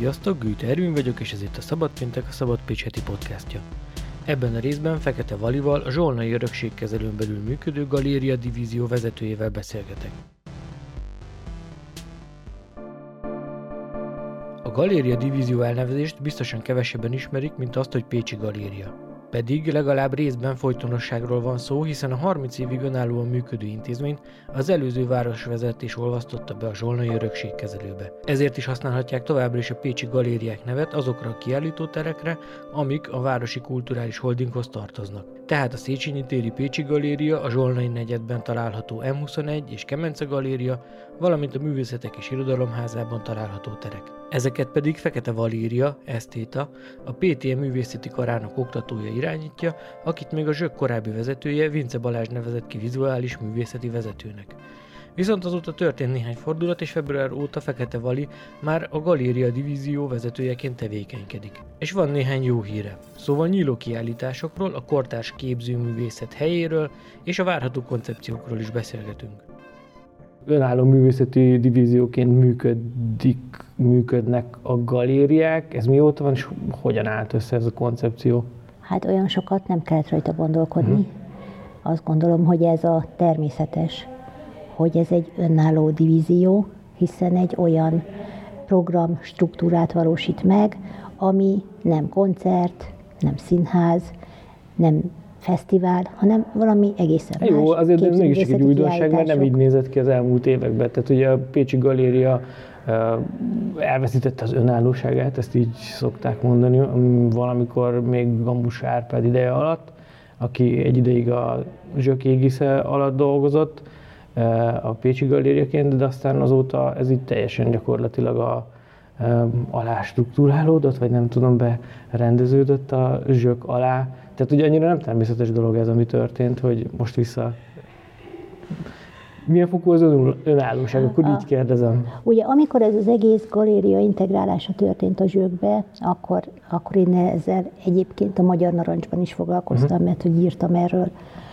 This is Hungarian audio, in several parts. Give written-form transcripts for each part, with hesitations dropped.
Sziasztok, Gülte Ervin vagyok, és ez itt a Szabad Péntek, a Szabad Pécs heti podcastja. Ebben a részben Fekete Valival, a Zsolnai Örökségkezelőn belül működő Galéria divízió vezetőjével beszélgetek. A Galéria divízió elnevezést biztosan kevesebben ismerik, mint azt, hogy Pécsi Galéria. Pedig legalább részben folytonosságról van szó, hiszen a 30 évig önállóan működő intézményt az előző városvezetés olvasztotta be a Zsolnai Örökségkezelőbe. Ezért is használhatják továbbra is a Pécsi Galériák nevet azokra a kiállítóterekre, amik a Városi Kulturális Holdinghoz tartoznak. Tehát a Széchenyi téri Pécsi Galéria, a Zsolnai negyedben található M21 és Kemence Galéria, valamint a Művészetek és Irodalomházában található terek. Ezeket pedig Fekete Valéria, esztéta, a PTM művészeti karának oktatója irányítja, akit még a Zsök korábbi vezetője, Vince Balázs nevezett ki vizuális művészeti vezetőnek. Viszont azóta történt néhány fordulat, és február óta Fekete Vali már a Galéria divízió vezetőjeként tevékenykedik. És van néhány jó híre. Szóval nyíló kiállításokról, a kortárs képzőművészet helyéről és a várható koncepciókról is beszélgetünk. Önálló művészeti divízióként működnek a galériák. Ez mióta van, és hogyan állt össze ez a koncepció? Hát olyan sokat nem kellett rajta gondolkodni. Azt gondolom, hogy ez a természetes, hogy ez egy önálló divízió, hiszen egy olyan program struktúrát valósít meg, ami nem koncert, nem színház, nem fesztivál, hanem valami egészen más. Jó, azért mégis egy újdonság, mert nem így nézett ki az elmúlt években. Tehát ugye a Pécsi Galéria elveszítette az önállóságát, ezt így szokták mondani, valamikor még Gamus Árpád ideje alatt, aki egy ideig a Zsök égisze alatt dolgozott a Pécsi Galériaként, de aztán azóta ez így teljesen gyakorlatilag alá struktúrálódott, vagy nem tudom, berendeződött a Zsök alá. Tehát ugye annyira nem természetes dolog ez, ami történt, hogy most vissza... Milyen fokú az önállóság? Akkor így kérdezem. Ugye amikor ez az egész galéria integrálása történt a Zsökbe, akkor én ezzel egyébként a Magyar Narancsban is foglalkoztam, mert hogy írtam erről,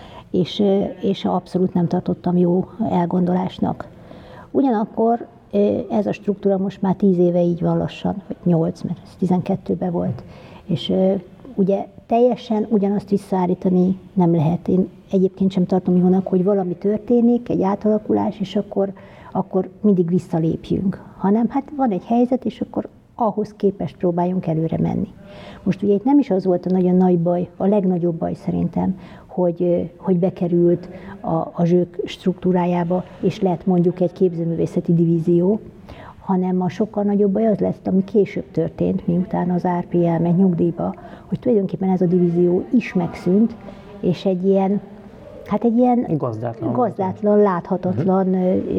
és abszolút nem tartottam jó elgondolásnak. Ugyanakkor ez a struktúra most már 10 éve így van lassan, vagy 8, mert ez 12-ben volt, és ugye teljesen ugyanazt visszaállítani nem lehet. Én egyébként sem tartom jónak, hogy valami történik, egy átalakulás, és akkor mindig visszalépjünk. Hanem hát van egy helyzet, és akkor ahhoz képest próbáljunk előre menni. Most ugye itt nem is az volt a nagyon nagy baj, a legnagyobb baj szerintem, hogy bekerült a Zsök struktúrájába, és lett mondjuk egy képzőművészeti divízió, hanem a sokkal nagyobb baj az lett, ami később történt, miután az RP elment nyugdíjba, hogy tulajdonképpen ez a divízió is megszűnt, és egy ilyen gazdátlan, láthatatlan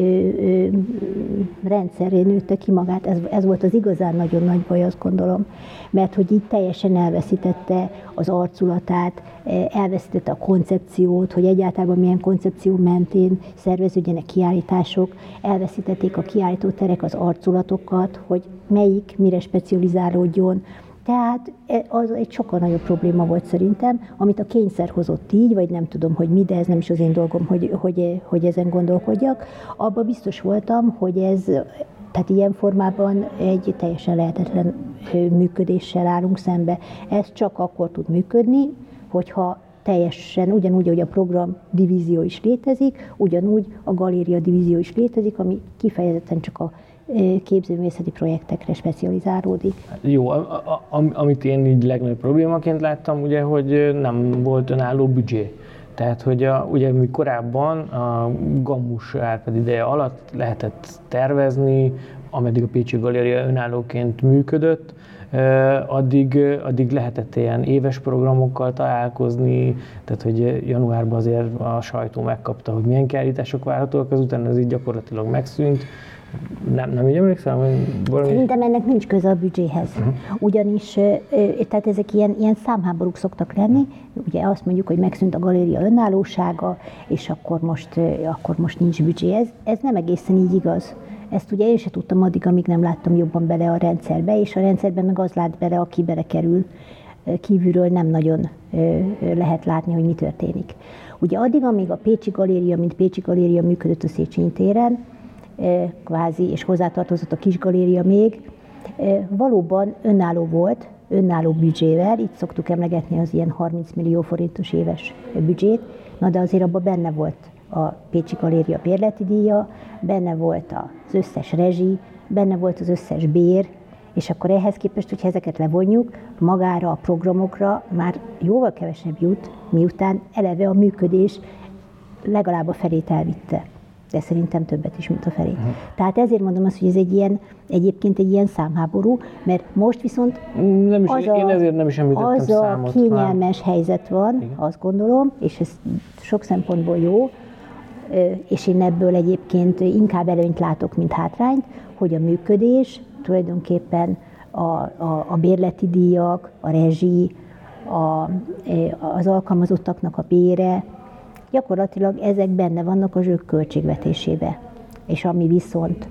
rendszerré nőtte ki magát. Ez volt az igazán nagyon nagy baj, azt gondolom, mert hogy így teljesen elveszítette az arculatát, elveszítette a koncepciót, hogy egyáltalán milyen koncepció mentén szerveződjenek kiállítások, elveszítették a kiállítóterek az arculatokat, hogy melyik mire specializálódjon. Tehát az egy sokkal nagyobb probléma volt szerintem, amit a kényszer hozott így, vagy nem tudom, hogy mi, de ez nem is az én dolgom, hogy ezen gondolkodjak. Abban biztos voltam, hogy ez, tehát ilyen formában egy teljesen lehetetlen működéssel állunk szembe. Ez csak akkor tud működni, hogyha teljesen ugyanúgy, ahogy a program divízió is létezik, ugyanúgy a galéria divízió is létezik, ami kifejezetten csak a képzőművészeti projektekre specializálódik. Jó, amit én így legnagyobb problémaként láttam, ugye, hogy nem volt önálló büdzsé. Tehát, hogy ugye mi korábban a Gamus Árpád ideje alatt lehetett tervezni, ameddig a Pécsi Galéria önállóként működött, addig lehetett ilyen éves programokkal találkozni, tehát hogy januárban azért a sajtó megkapta, hogy milyen kiállítások várhatóak, azután ez így gyakorlatilag megszűnt. Nem így emlékszem? Szerintem ennek nincs köze a büdzséhez. Ugyanis, tehát ezek ilyen számháborúk szoktak lenni. Ugye azt mondjuk, hogy megszűnt a galéria önállósága, és akkor most nincs büdzsé. Ez nem egészen így igaz. Ezt ugye én sem tudtam addig, amíg nem láttam jobban bele a rendszerbe, és a rendszerben meg az lát bele, aki belekerül. Kívülről nem nagyon lehet látni, hogy mi történik. Ugye addig, amíg a Pécsi Galéria, mint Pécsi Galéria működött a Széchenyi téren, kvázi, és hozzátartozott a Kis Galéria még, Valóban önálló volt, önálló büdzsével, itt szoktuk emlegetni az ilyen 30 millió forintos éves büdzsét, na de azért abban benne volt a Pécsi Galéria bérleti díja, benne volt az összes rezsi, benne volt az összes bér, és akkor ehhez képest, hogyha ezeket levonjuk, magára a programokra már jóval kevesebb jut, miután eleve a működés legalább a felét elvitte. De szerintem többet is, mint a felét. Tehát ezért mondom azt, hogy ez egyébként egy ilyen számháború, mert most viszont én ezért nem is említettem az számot. A kényelmes helyzet van, igen, azt gondolom, és ez sok szempontból jó, és én ebből egyébként inkább előnyt látok, mint hátrányt, hogy a működés tulajdonképpen a bérleti díjak, a rezsi, az alkalmazottaknak a bére, gyakorlatilag ezek benne vannak a zsők költségvetésébe. És ami viszont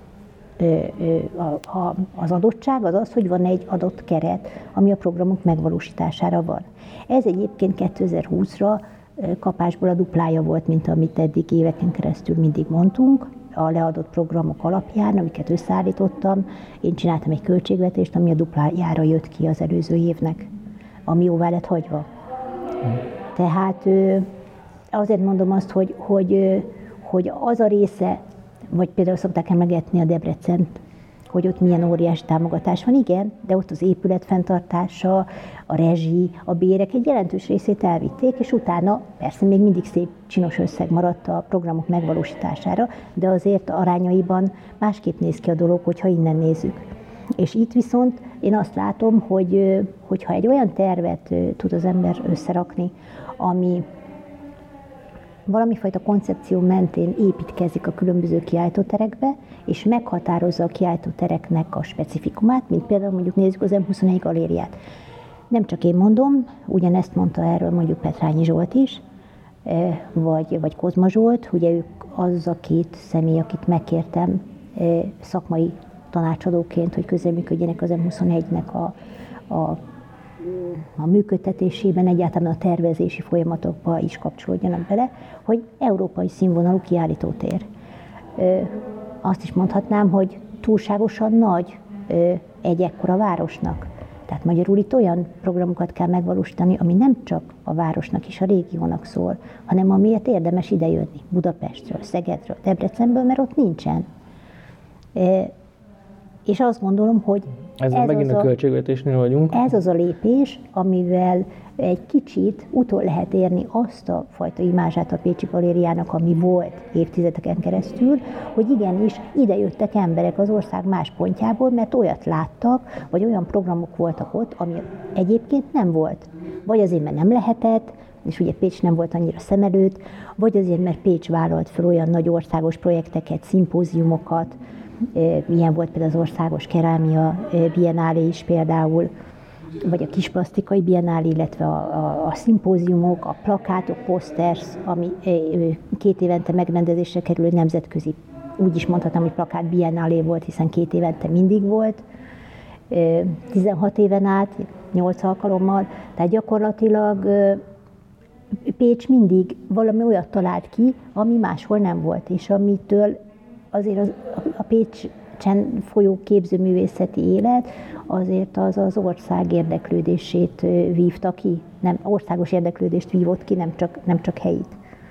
az adottság az az, hogy van egy adott keret, ami a programok megvalósítására van. Ez egyébként 2020-ra kapásból a duplája volt, mint amit eddig éveken keresztül mindig mondtunk. A leadott programok alapján, amiket összeállítottam, én csináltam egy költségvetést, ami a duplájára jött ki az előző évnek, ami jóvá lett hagyva. Tehát azért mondom azt, hogy az a része, vagy például szokták emlegetni a Debrecent, hogy ott milyen óriási támogatás van, igen, de ott az épület fenntartása, a rezsi, a bérek egy jelentős részét elvitték, és utána persze még mindig szép csinos összeg maradt a programok megvalósítására, de azért arányaiban másképp néz ki a dolog, hogyha innen nézzük. És itt viszont én azt látom, hogy ha egy olyan tervet tud az ember összerakni, ami valamifajta koncepció mentén építkezik a különböző kiállítóterekbe, és meghatározza a kiállítótereknek a specifikumát, mint például mondjuk nézzük az M21 galériát. Nem csak én mondom, ugyanezt mondta erről mondjuk Petrányi Zsolt is, vagy Kozma Zsolt, ugye ők az a két személy, akit megkértem szakmai tanácsadóként, hogy közreműködjenek az M21-nek a működtetésében, egyáltalán a tervezési folyamatokba is kapcsolódjanak bele, hogy európai színvonalú kiállítótér. Azt is mondhatnám, hogy túlságosan nagy egy ekkora városnak. Tehát magyarul itt olyan programokat kell megvalósítani, ami nem csak a városnak és a régiónak szól, hanem amiért érdemes idejönni Budapestről, Szegedről, Debrecenből, mert ott nincsen. És azt gondolom, hogy ezzel megint a költségvetésnél vagyunk. Ez az a lépés, amivel egy kicsit utol lehet érni azt a fajta imázsát a Pécsi Galériának, ami volt évtizedeken keresztül, hogy igenis idejöttek emberek az ország más pontjából, mert olyat láttak, vagy olyan programok voltak ott, ami egyébként nem volt. Vagy azért, mert nem lehetett, és ugye Pécs nem volt annyira szem előtt, vagy azért, mert Pécs vállalt fel olyan nagy országos projekteket, szimpóziumokat, ilyen volt például az Országos Kerámia Biennálé is például, vagy a Kisplasztikai Biennálé, illetve a szimpóziumok, a plakátok, poszters, ami 2 évente megrendezésre kerülő nemzetközi, úgy is mondhatnám, hogy plakát Biennálé volt, hiszen 2 évente mindig volt, 16 éven át, 8 alkalommal, tehát gyakorlatilag Pécs mindig valami olyat talált ki, ami máshol nem volt, és amitől azért a Pécsen folyó képzőművészeti élet azért az ország érdeklődését vívta ki, nem országos érdeklődést vívott ki, nem csak helyit.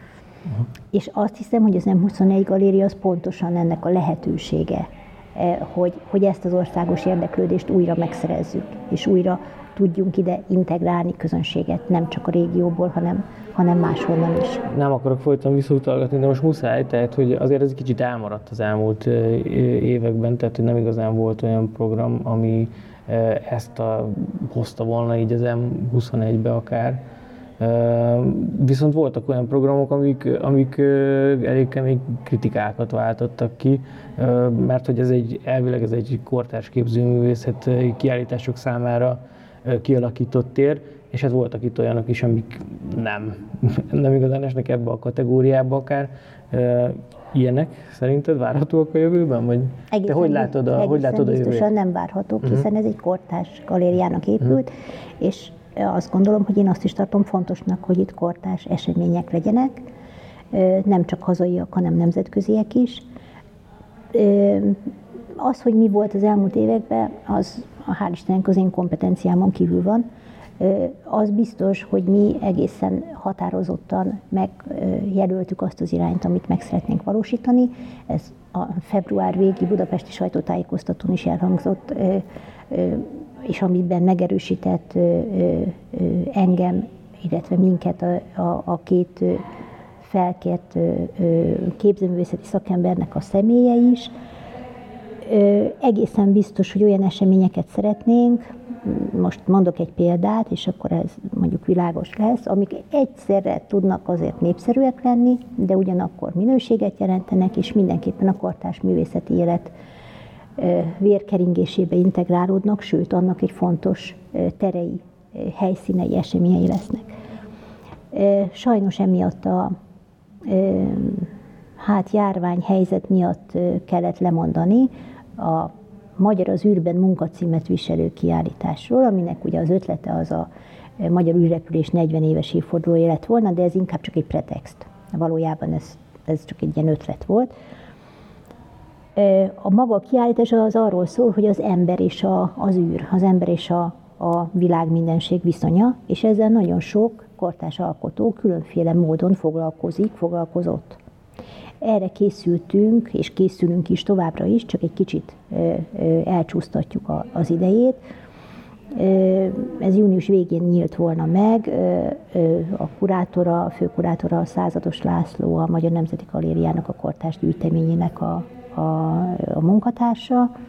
És azt hiszem, hogy az M21 galéria az pontosan ennek a lehetősége, hogy ezt az országos érdeklődést újra megszerezzük, és újra tudjunk ide integrálni közönséget, nem csak a régióból, hanem máshonnan is. Nem akarok folyton visszautalgatni, de most muszáj, tehát hogy azért ez egy kicsit elmaradt az elmúlt években, tehát hogy nem igazán volt olyan program, ami ezt hozta volna így az M21-be akár. Viszont voltak olyan programok, amik elég kemény kritikákat váltottak ki, mert hogy elvileg ez egy kortárs képzőművészet kiállítások számára kialakított tér, és hát voltak itt olyanok is, amik nem igazán esnek ebbe a kategóriába akár. Ilyenek szerinted várhatóak a jövőben? Vagy te hogy látod a jövőt? Biztosan nem várhatók, hiszen ez egy kortárs galériának épült, és azt gondolom, hogy én azt is tartom fontosnak, hogy itt kortárs események legyenek, nem csak hazaiak, hanem nemzetköziek is. Az, hogy mi volt az elmúlt években, az hál' Istennek az én kompetenciámon kívül van. Az biztos, hogy mi egészen határozottan megjelöltük azt az irányt, amit meg szeretnénk valósítani. Ez a február végi budapesti sajtótájékoztatón is elhangzott, és amiben megerősített engem, illetve minket a két felkért képzőművészeti szakembernek a személye is. Egészen biztos, hogy olyan eseményeket szeretnénk, most mondok egy példát, és akkor ez mondjuk világos lesz, amik egyszerre tudnak azért népszerűek lenni, de ugyanakkor minőséget jelentenek, és mindenképpen a kortárs művészeti élet vérkeringésébe integrálódnak, sőt, annak egy fontos terei, helyszínei, eseményei lesznek. Sajnos emiatt a járványhelyzet miatt kellett lemondani a Magyar az űrben munkacímet viselő kiállításról, aminek ugye az ötlete az a Magyar űrrepülés 40 éves évfordulója lett volna, de ez inkább csak egy pretext. Valójában ez csak egy ilyen ötlet volt. A maga kiállítás az arról szól, hogy az ember és az űr, az ember és a világ mindenség viszonya, és ezzel nagyon sok kortárs alkotó különféle módon foglalkozott. Erre készültünk, és készülünk is továbbra is, csak egy kicsit elcsúsztatjuk az idejét. Ez június végén nyílt volna meg, a főkurátora, a Százados László, a Magyar Nemzeti Galériának a kortárs gyűjteményének a munkatársa.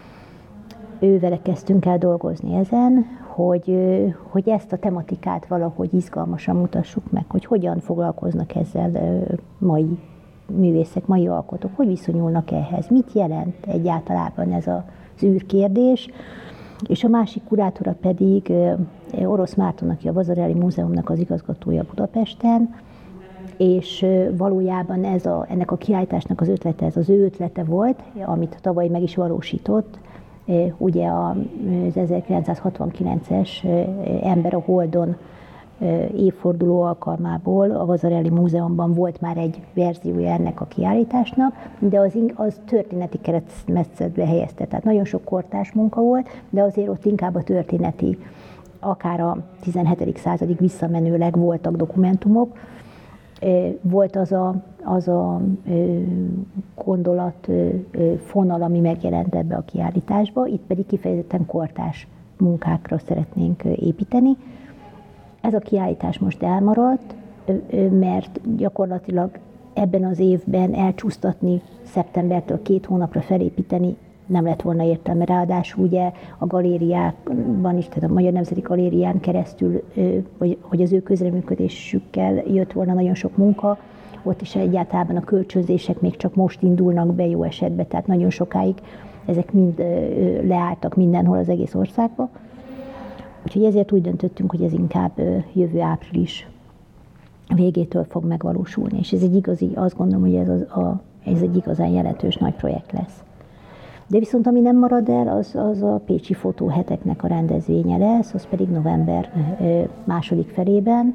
Ővele kezdtünk el dolgozni ezen, hogy ezt a tematikát valahogy izgalmasan mutassuk meg, hogy hogyan foglalkoznak ezzel mai művészek, mai alkotók, hogy viszonyulnak ehhez, mit jelent egyáltalában ez az űrkérdés. És a másik kurátora pedig Orosz Márton, aki a Vasarely Múzeumnak az igazgatója Budapesten, és valójában ennek a kiállításnak az ötlete, ez az ő ötlete volt, amit tavaly meg is valósított. Ugye az 1969-es Ember a Holdon évforduló alkalmából a Vasarely Múzeumban volt már egy verziója ennek a kiállításnak, de az történeti keresztmetszetbe helyezte. Tehát nagyon sok kortárs munka volt, de azért ott inkább a történeti, akár a 17. századig visszamenőleg voltak dokumentumok. Volt az a gondolat fonal, ami megjelent ebbe a kiállításba, itt pedig kifejezetten kortárs munkákra szeretnénk építeni. Ez a kiállítás most elmaradt, mert gyakorlatilag ebben az évben elcsúsztatni, szeptembertől 2 hónapra felépíteni nem lett volna értelme. Ráadásul ugye a galériákban is, tehát a Magyar Nemzeti Galérián keresztül, hogy az ő közreműködésükkel jött volna nagyon sok munka, ott is egyáltalán a kölcsönzések még csak most indulnak be jó esetben, tehát nagyon sokáig ezek mind leálltak mindenhol az egész országban. Úgyhogy ezért úgy döntöttünk, hogy ez inkább jövő április végétől fog megvalósulni. És ez egy igazi, azt gondolom, hogy ez egy igazán jelentős nagy projekt lesz. De viszont ami nem marad el, az a pécsi fotóheteknek a rendezvénye lesz, az pedig november második felében,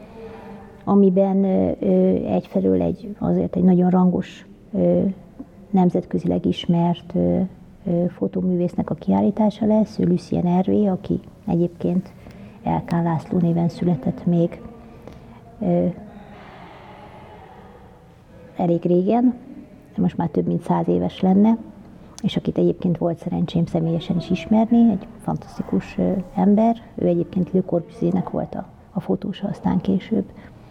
amiben egyfelől azért egy nagyon rangos, nemzetközileg ismert fotóművésznek a kiállítása lesz, ő Lucien Hervé, aki egyébként Elkán László néven született még elég régen, most már több mint 100 éves lenne, és akit egyébként volt szerencsém személyesen is ismerni, egy fantasztikus ember. Ő egyébként Le Corbusier-nek volt a fotósa aztán később.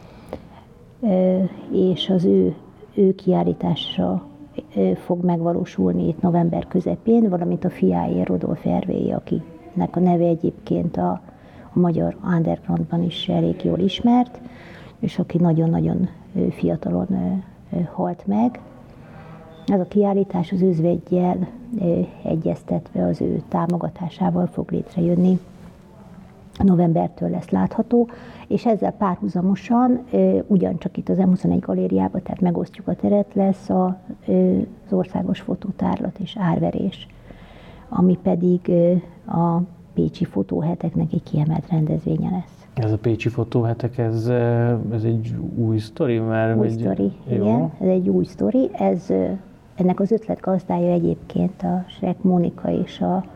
És az ő kiállításra fog megvalósulni itt november közepén, valamint a fiáé Rodolphe Hervé, akinek a neve egyébként a magyar undergroundban is elég jól ismert, és aki nagyon-nagyon fiatalon halt meg. Ez a kiállítás az özveggyel egyeztetve az ő támogatásával fog létrejönni. Novembertől lesz látható, és ezzel párhuzamosan ugyancsak itt az M21 galériában, tehát megosztjuk a teret, lesz az országos fotótárlat és árverés, ami pedig a pécsi fotóheteknek egy kiemelt rendezvénye lesz. Ez a pécsi fotóhetek, ez egy új sztori? Új sztori, igen, ez egy új sztori. Ez ennek az ötlet gazdája egyébként a Srek Mónika és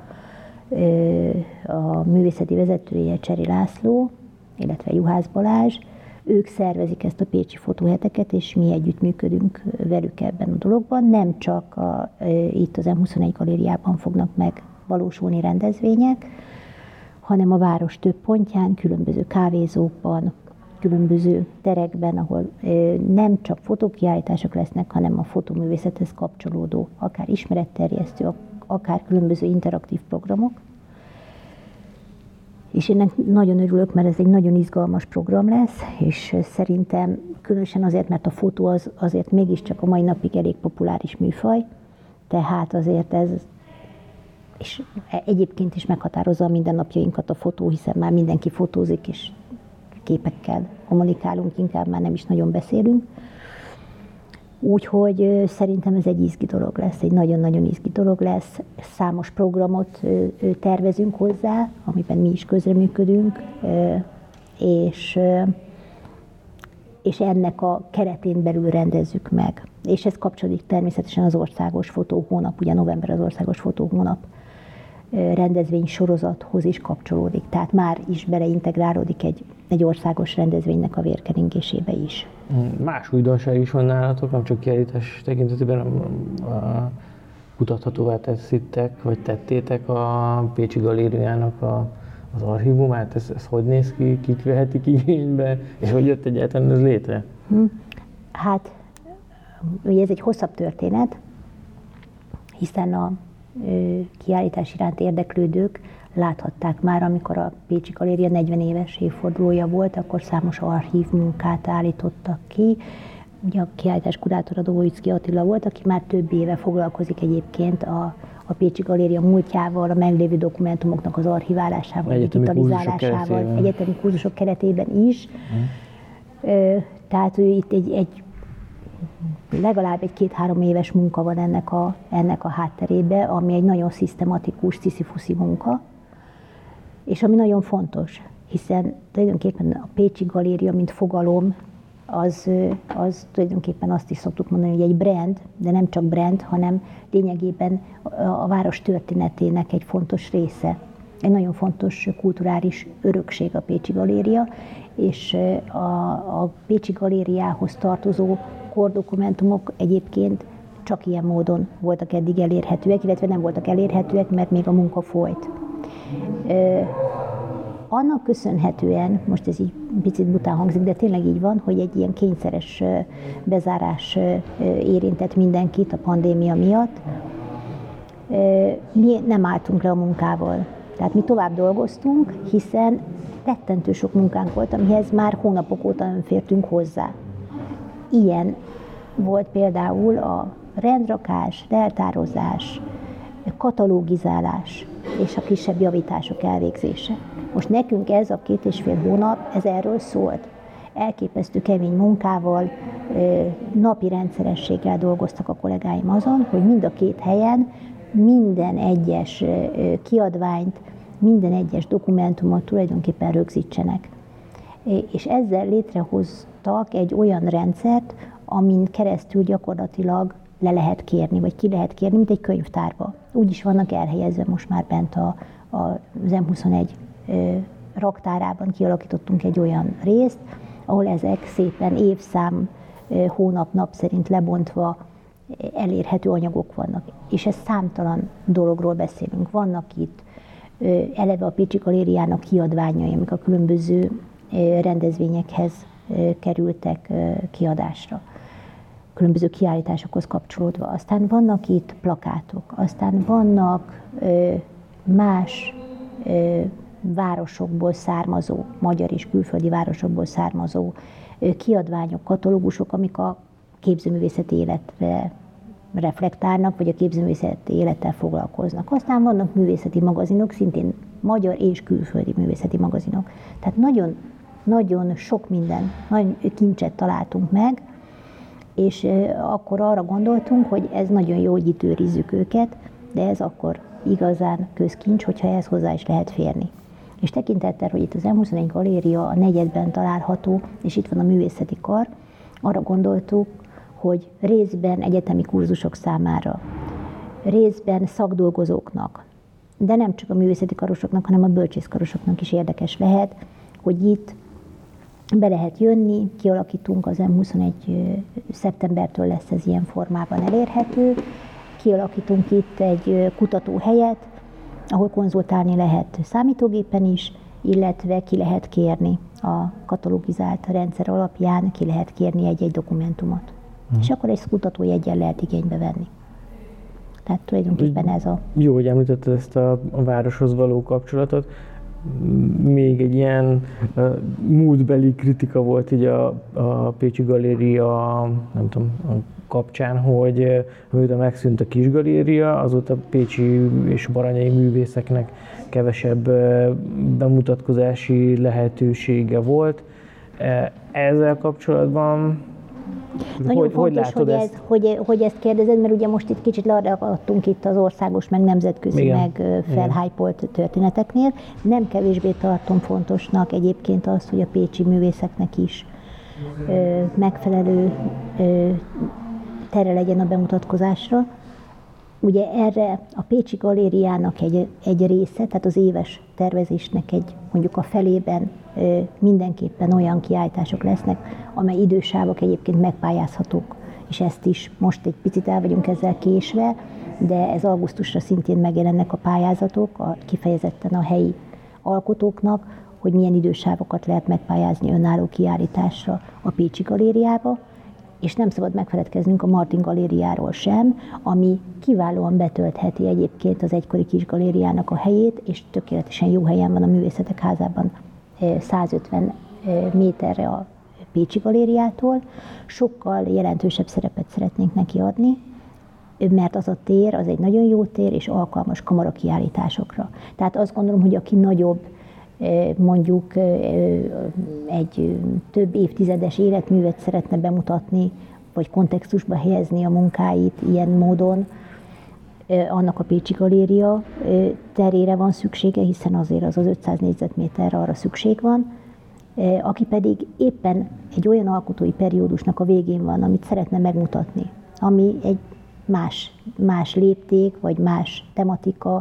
a művészeti vezetője Cseri László, illetve Juhász Balázs. Ők szervezik ezt a pécsi fotóheteket, és mi együttműködünk velük ebben a dologban. Nem csak itt az M21 galériában fognak megvalósulni rendezvények, hanem a város több pontján, különböző kávézókban, különböző terekben, ahol nem csak fotókiállítások lesznek, hanem a fotóművészethez kapcsolódó, akár ismeretterjesztő, akár különböző interaktív programok. És én nagyon örülök, mert ez egy nagyon izgalmas program lesz, és szerintem különösen azért, mert a fotó az azért mégiscsak a mai napig elég populáris műfaj, tehát azért ez, és egyébként is meghatározza a mindennapjainkat a fotó, hiszen már mindenki fotózik, és képekkel kommunikálunk, inkább már nem is nagyon beszélünk. Úgyhogy szerintem ez egy izgi dolog lesz, egy nagyon-nagyon izgi dolog lesz. Számos programot tervezünk hozzá, amiben mi is közreműködünk, és ennek a keretén belül rendezzük meg. És ez kapcsolódik természetesen az Országos Fotóhónap, ugye november az Országos Fotóhónap rendezvény sorozathoz is kapcsolódik. Tehát már is beleintegrálódik egy országos rendezvénynek a vérkeringésébe is. Más újdonság is van nálatok, nem csak kiállítás tekintetében kutathatóvá teszitek, vagy tettétek a Pécsi Galériának az archívumát. Ez hogy néz ki, kik vehetik igénybe, és hogy jött egyáltalán ez létre? Hát, ugye ez egy hosszabb történet, hiszen a kiállítás iránt érdeklődők láthatták már, amikor a Pécsi Galéria 40 éves évfordulója volt, akkor számos archív munkát állítottak ki. Ugye a kiállítás kurátora Dobolycki Attila volt, aki már több éve foglalkozik egyébként a Pécsi Galéria múltjával, a meglévő dokumentumoknak az archiválásával, digitalizálásával, egyetemi kurzusok keretében is. Tehát itt legalább egy 2-3 éves munka van ennek a hátterébe, ami egy nagyon szisztematikus, sziszifuszi munka, és ami nagyon fontos, hiszen tulajdonképpen a Pécsi Galéria, mint fogalom, az tulajdonképpen azt is szoktuk mondani, hogy egy brand, de nem csak brand, hanem lényegében a város történetének egy fontos része. Egy nagyon fontos kulturális örökség a Pécsi Galéria, és a Pécsi Galériához tartozó kordokumentumok egyébként csak ilyen módon voltak eddig elérhetőek, illetve nem voltak elérhetőek, mert még a munka folyt. Annak köszönhetően, most ez így picit bután hangzik, de tényleg így van, hogy egy ilyen kényszeres bezárás érintett mindenkit a pandémia miatt. Mi nem álltunk le a munkával. Tehát mi tovább dolgoztunk, hiszen rettentő sok munkánk volt, amihez már hónapok óta nem fértünk hozzá. Ilyen volt például a rendrakás, leltározás, katalógizálás és a kisebb javítások elvégzése. Most nekünk ez a 2,5 hónap, ez erről szólt. Elképesztő kemény munkával, napi rendszerességgel dolgoztak a kollégáim azon, hogy mind a két helyen minden egyes kiadványt, minden egyes dokumentumot tulajdonképpen rögzítsenek. És ezzel létrehoztak egy olyan rendszert, amin keresztül gyakorlatilag le lehet kérni, vagy ki lehet kérni, mint egy könyvtárba. Úgy is vannak elhelyezve most már bent az M21 raktárában kialakítottunk egy olyan részt, ahol ezek szépen évszám, hónap, nap szerint lebontva elérhető anyagok vannak. És ez számtalan dologról beszélünk. Vannak itt eleve a Pécsi Galériának kiadványai, amik a különböző rendezvényekhez kerültek kiadásra, különböző kiállításokhoz kapcsolódva. Aztán vannak itt plakátok, aztán vannak más városokból származó, magyar és külföldi városokból származó kiadványok, katalógusok, amik a képzőművészeti életre reflektálnak, vagy a képzőművészeti élettel foglalkoznak. Aztán vannak művészeti magazinok, szintén magyar és külföldi művészeti magazinok. Tehát nagyon, nagyon sok minden, nagyon kincset találtunk meg, és akkor arra gondoltunk, hogy ez nagyon jó, hogy itt őrizzük őket, de ez akkor igazán közkincs, hogyha ehhez hozzá is lehet férni. És tekintettel, hogy itt az M21 Galéria a negyedben található, és itt van a művészeti kar, arra gondoltuk, hogy részben egyetemi kurzusok számára, részben szakdolgozóknak, de nem csak a művészeti karosoknak, hanem a bölcsészkarosoknak is érdekes lehet, hogy itt be lehet jönni, kialakítunk, az M21 szeptembertől lesz ez ilyen formában elérhető, kialakítunk itt egy kutatóhelyet, ahol konzultálni lehet számítógépen is, illetve ki lehet kérni a katalogizált rendszer alapján, ki lehet kérni egy-egy dokumentumot. És akkor egy kutatójeggyel lehet igénybe venni. Tehát tulajdonképpen ez a... Jó, hogy említetted ezt a városhoz való kapcsolatot. Még egy ilyen múltbeli kritika volt így a Pécsi Galéria, nem tudom, a kapcsán, hogy miután megszűnt a Kis Galéria, azóta pécsi és baranyai művészeknek kevesebb bemutatkozási lehetősége volt. Ezzel kapcsolatban nagyon fontos, hogy ezt kérdezed, mert ugye most itt kicsit leragadtunk itt az országos, meg nemzetközi, igen, meg felhájpolt történeteknél. Nem kevésbé tartom fontosnak egyébként azt, hogy a pécsi művészeknek is megfelelő tere legyen a bemutatkozásra. Ugye erre a Pécsi Galériának egy része, tehát az éves tervezésnek mondjuk a felében mindenképpen olyan kiállítások lesznek, amely idősávok egyébként megpályázhatók. És ezt is most egy picit el vagyunk ezzel késve, de ez augusztusra szintén megjelennek a pályázatok, kifejezetten a helyi alkotóknak, hogy milyen idősávokat lehet megpályázni önálló kiállításra a Pécsi Galériába. És nem szabad megfeledkeznünk a Martin Galériáról sem, ami kiválóan betöltheti egyébként az egykori Kis Galériának a helyét, és tökéletesen jó helyen van a Művészetek Házában, 150 méterre a Pécsi Galériától. Sokkal jelentősebb szerepet szeretnénk neki adni, mert az a tér, az egy nagyon jó tér, és alkalmas kamarakiállításokra. Tehát azt gondolom, hogy aki nagyobb, mondjuk egy több évtizedes életművet szeretne bemutatni, vagy kontextusba helyezni a munkáit ilyen módon, annak a Pécsi Galéria terére van szüksége, hiszen azért az 500 négyzetméterre arra szükség van. Aki pedig éppen egy olyan alkotói periódusnak a végén van, amit szeretne megmutatni, ami egy más lépték, vagy más tematika,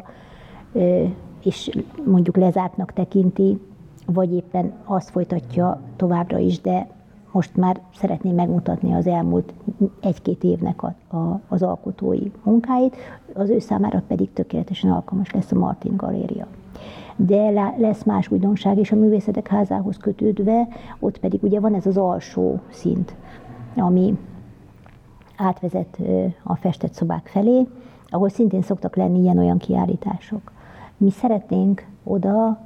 és mondjuk lezártnak tekinti, vagy éppen azt folytatja továbbra is, de most már szeretném megmutatni az elmúlt 1-2 évnek az alkotói munkáit, az ő számára pedig tökéletesen alkalmas lesz a Martin Galéria. De lesz más újdonság is a Művészetek Házához kötődve, ott pedig ugye van ez az alsó szint, ami átvezet a festett szobák felé, ahol szintén szoktak lenni ilyen-olyan kiállítások. Mi szeretnénk oda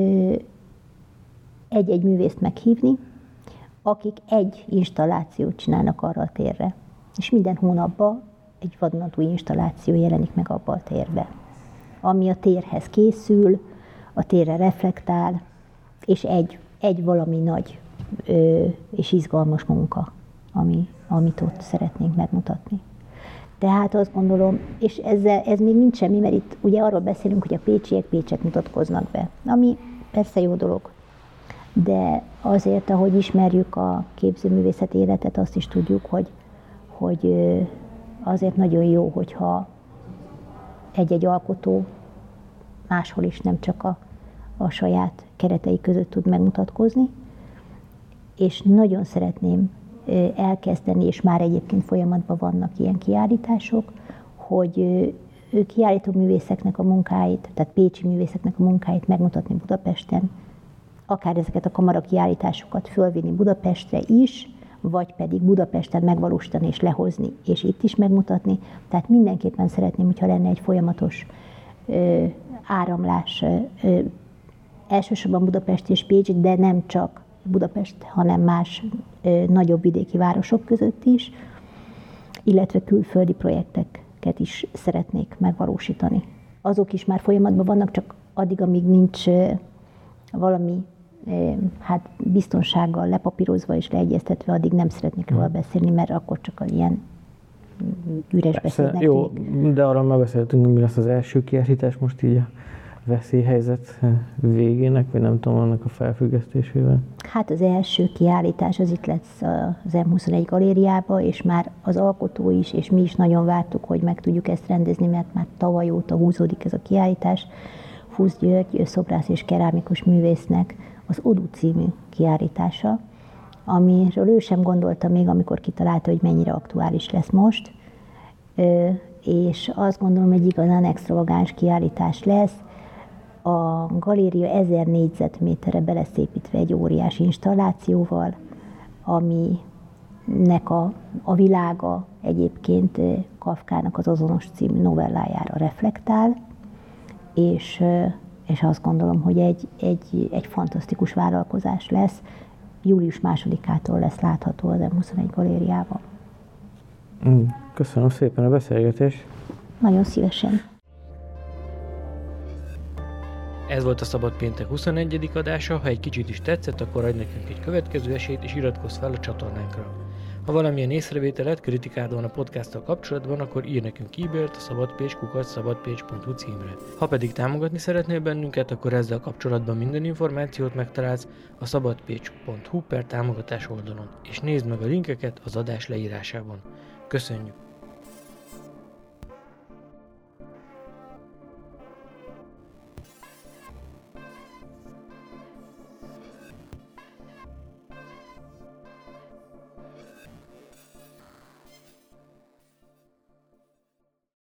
egy-egy művészt meghívni, akik egy installációt csinálnak arra a térre. És minden hónapban egy vadonatúj installáció jelenik meg abba a térbe, ami a térhez készül, a térre reflektál, és egy valami nagy és izgalmas munka, amit ott szeretnénk megmutatni. Tehát azt gondolom, és ez még nincs semmi, mert itt ugye arról beszélünk, hogy a pécsiek Pécset mutatkoznak be, ami persze jó dolog. De azért, ahogy ismerjük a képzőművészet életet, azt is tudjuk, hogy azért nagyon jó, hogyha egy-egy alkotó máshol is nem csak a saját keretei között tud megmutatkozni. És nagyon szeretném elkezdeni, és már egyébként folyamatban vannak ilyen kiállítások, hogy kiállító művészeknek a munkáit, tehát pécsi művészeknek a munkáit megmutatni Budapesten, akár ezeket a kamarakiállításokat fölvinni Budapestre is, vagy pedig Budapesten megvalósítani és lehozni, és itt is megmutatni. Tehát mindenképpen szeretném, hogyha lenne egy folyamatos áramlás, elsősorban Budapest és Pécs, de nem csak Budapest, hanem más nagyobb vidéki városok között is, illetve külföldi projekteket is szeretnék megvalósítani. Azok is már folyamatban vannak, csak addig, amíg nincs valami biztonsággal lepapírozva és leegyeztetve, addig nem szeretnék róla beszélni, mert akkor csak ilyen üres beszédnek jó, de arra már beszéltünk, mi lesz az első kiállítás most így veszélyhelyzet végének, vagy nem tudom, annak a felfüggesztésével? Hát az első kiállítás az itt lesz az M21 galériába, és már az alkotó is, és mi is nagyon vártuk, hogy meg tudjuk ezt rendezni, mert már tavaly óta húzódik ez a kiállítás. Fusz György szobrász és kerámikus művésznek az Odu című kiállítása, amiről ő sem gondolta még, amikor kitalálta, hogy mennyire aktuális lesz most. És azt gondolom, hogy igazán extravagáns kiállítás lesz. A galéria 1000 négyzetméterre be lesz építve egy óriási installációval, aminek a világa egyébként Kafkának az Azonos című novellájára reflektál, és azt gondolom, hogy egy fantasztikus vállalkozás lesz. Július 2-ától lesz látható az M21 galériában. Köszönöm szépen a beszélgetést. Nagyon szívesen. Ez volt a Szabad Péntek 21. adása, ha egy kicsit is tetszett, akkor adj nekünk egy következő esélyt és iratkozz fel a csatornánkra. Ha valamilyen észrevételet, kritikád van a podcasttal kapcsolatban, akkor írj nekünk e-mailt a szabadpécs@szabadpécs.hu címre. Ha pedig támogatni szeretnél bennünket, akkor ezzel kapcsolatban minden információt megtalálsz a szabadpécs.hu/támogatás oldalon, és nézd meg a linkeket az adás leírásában. Köszönjük!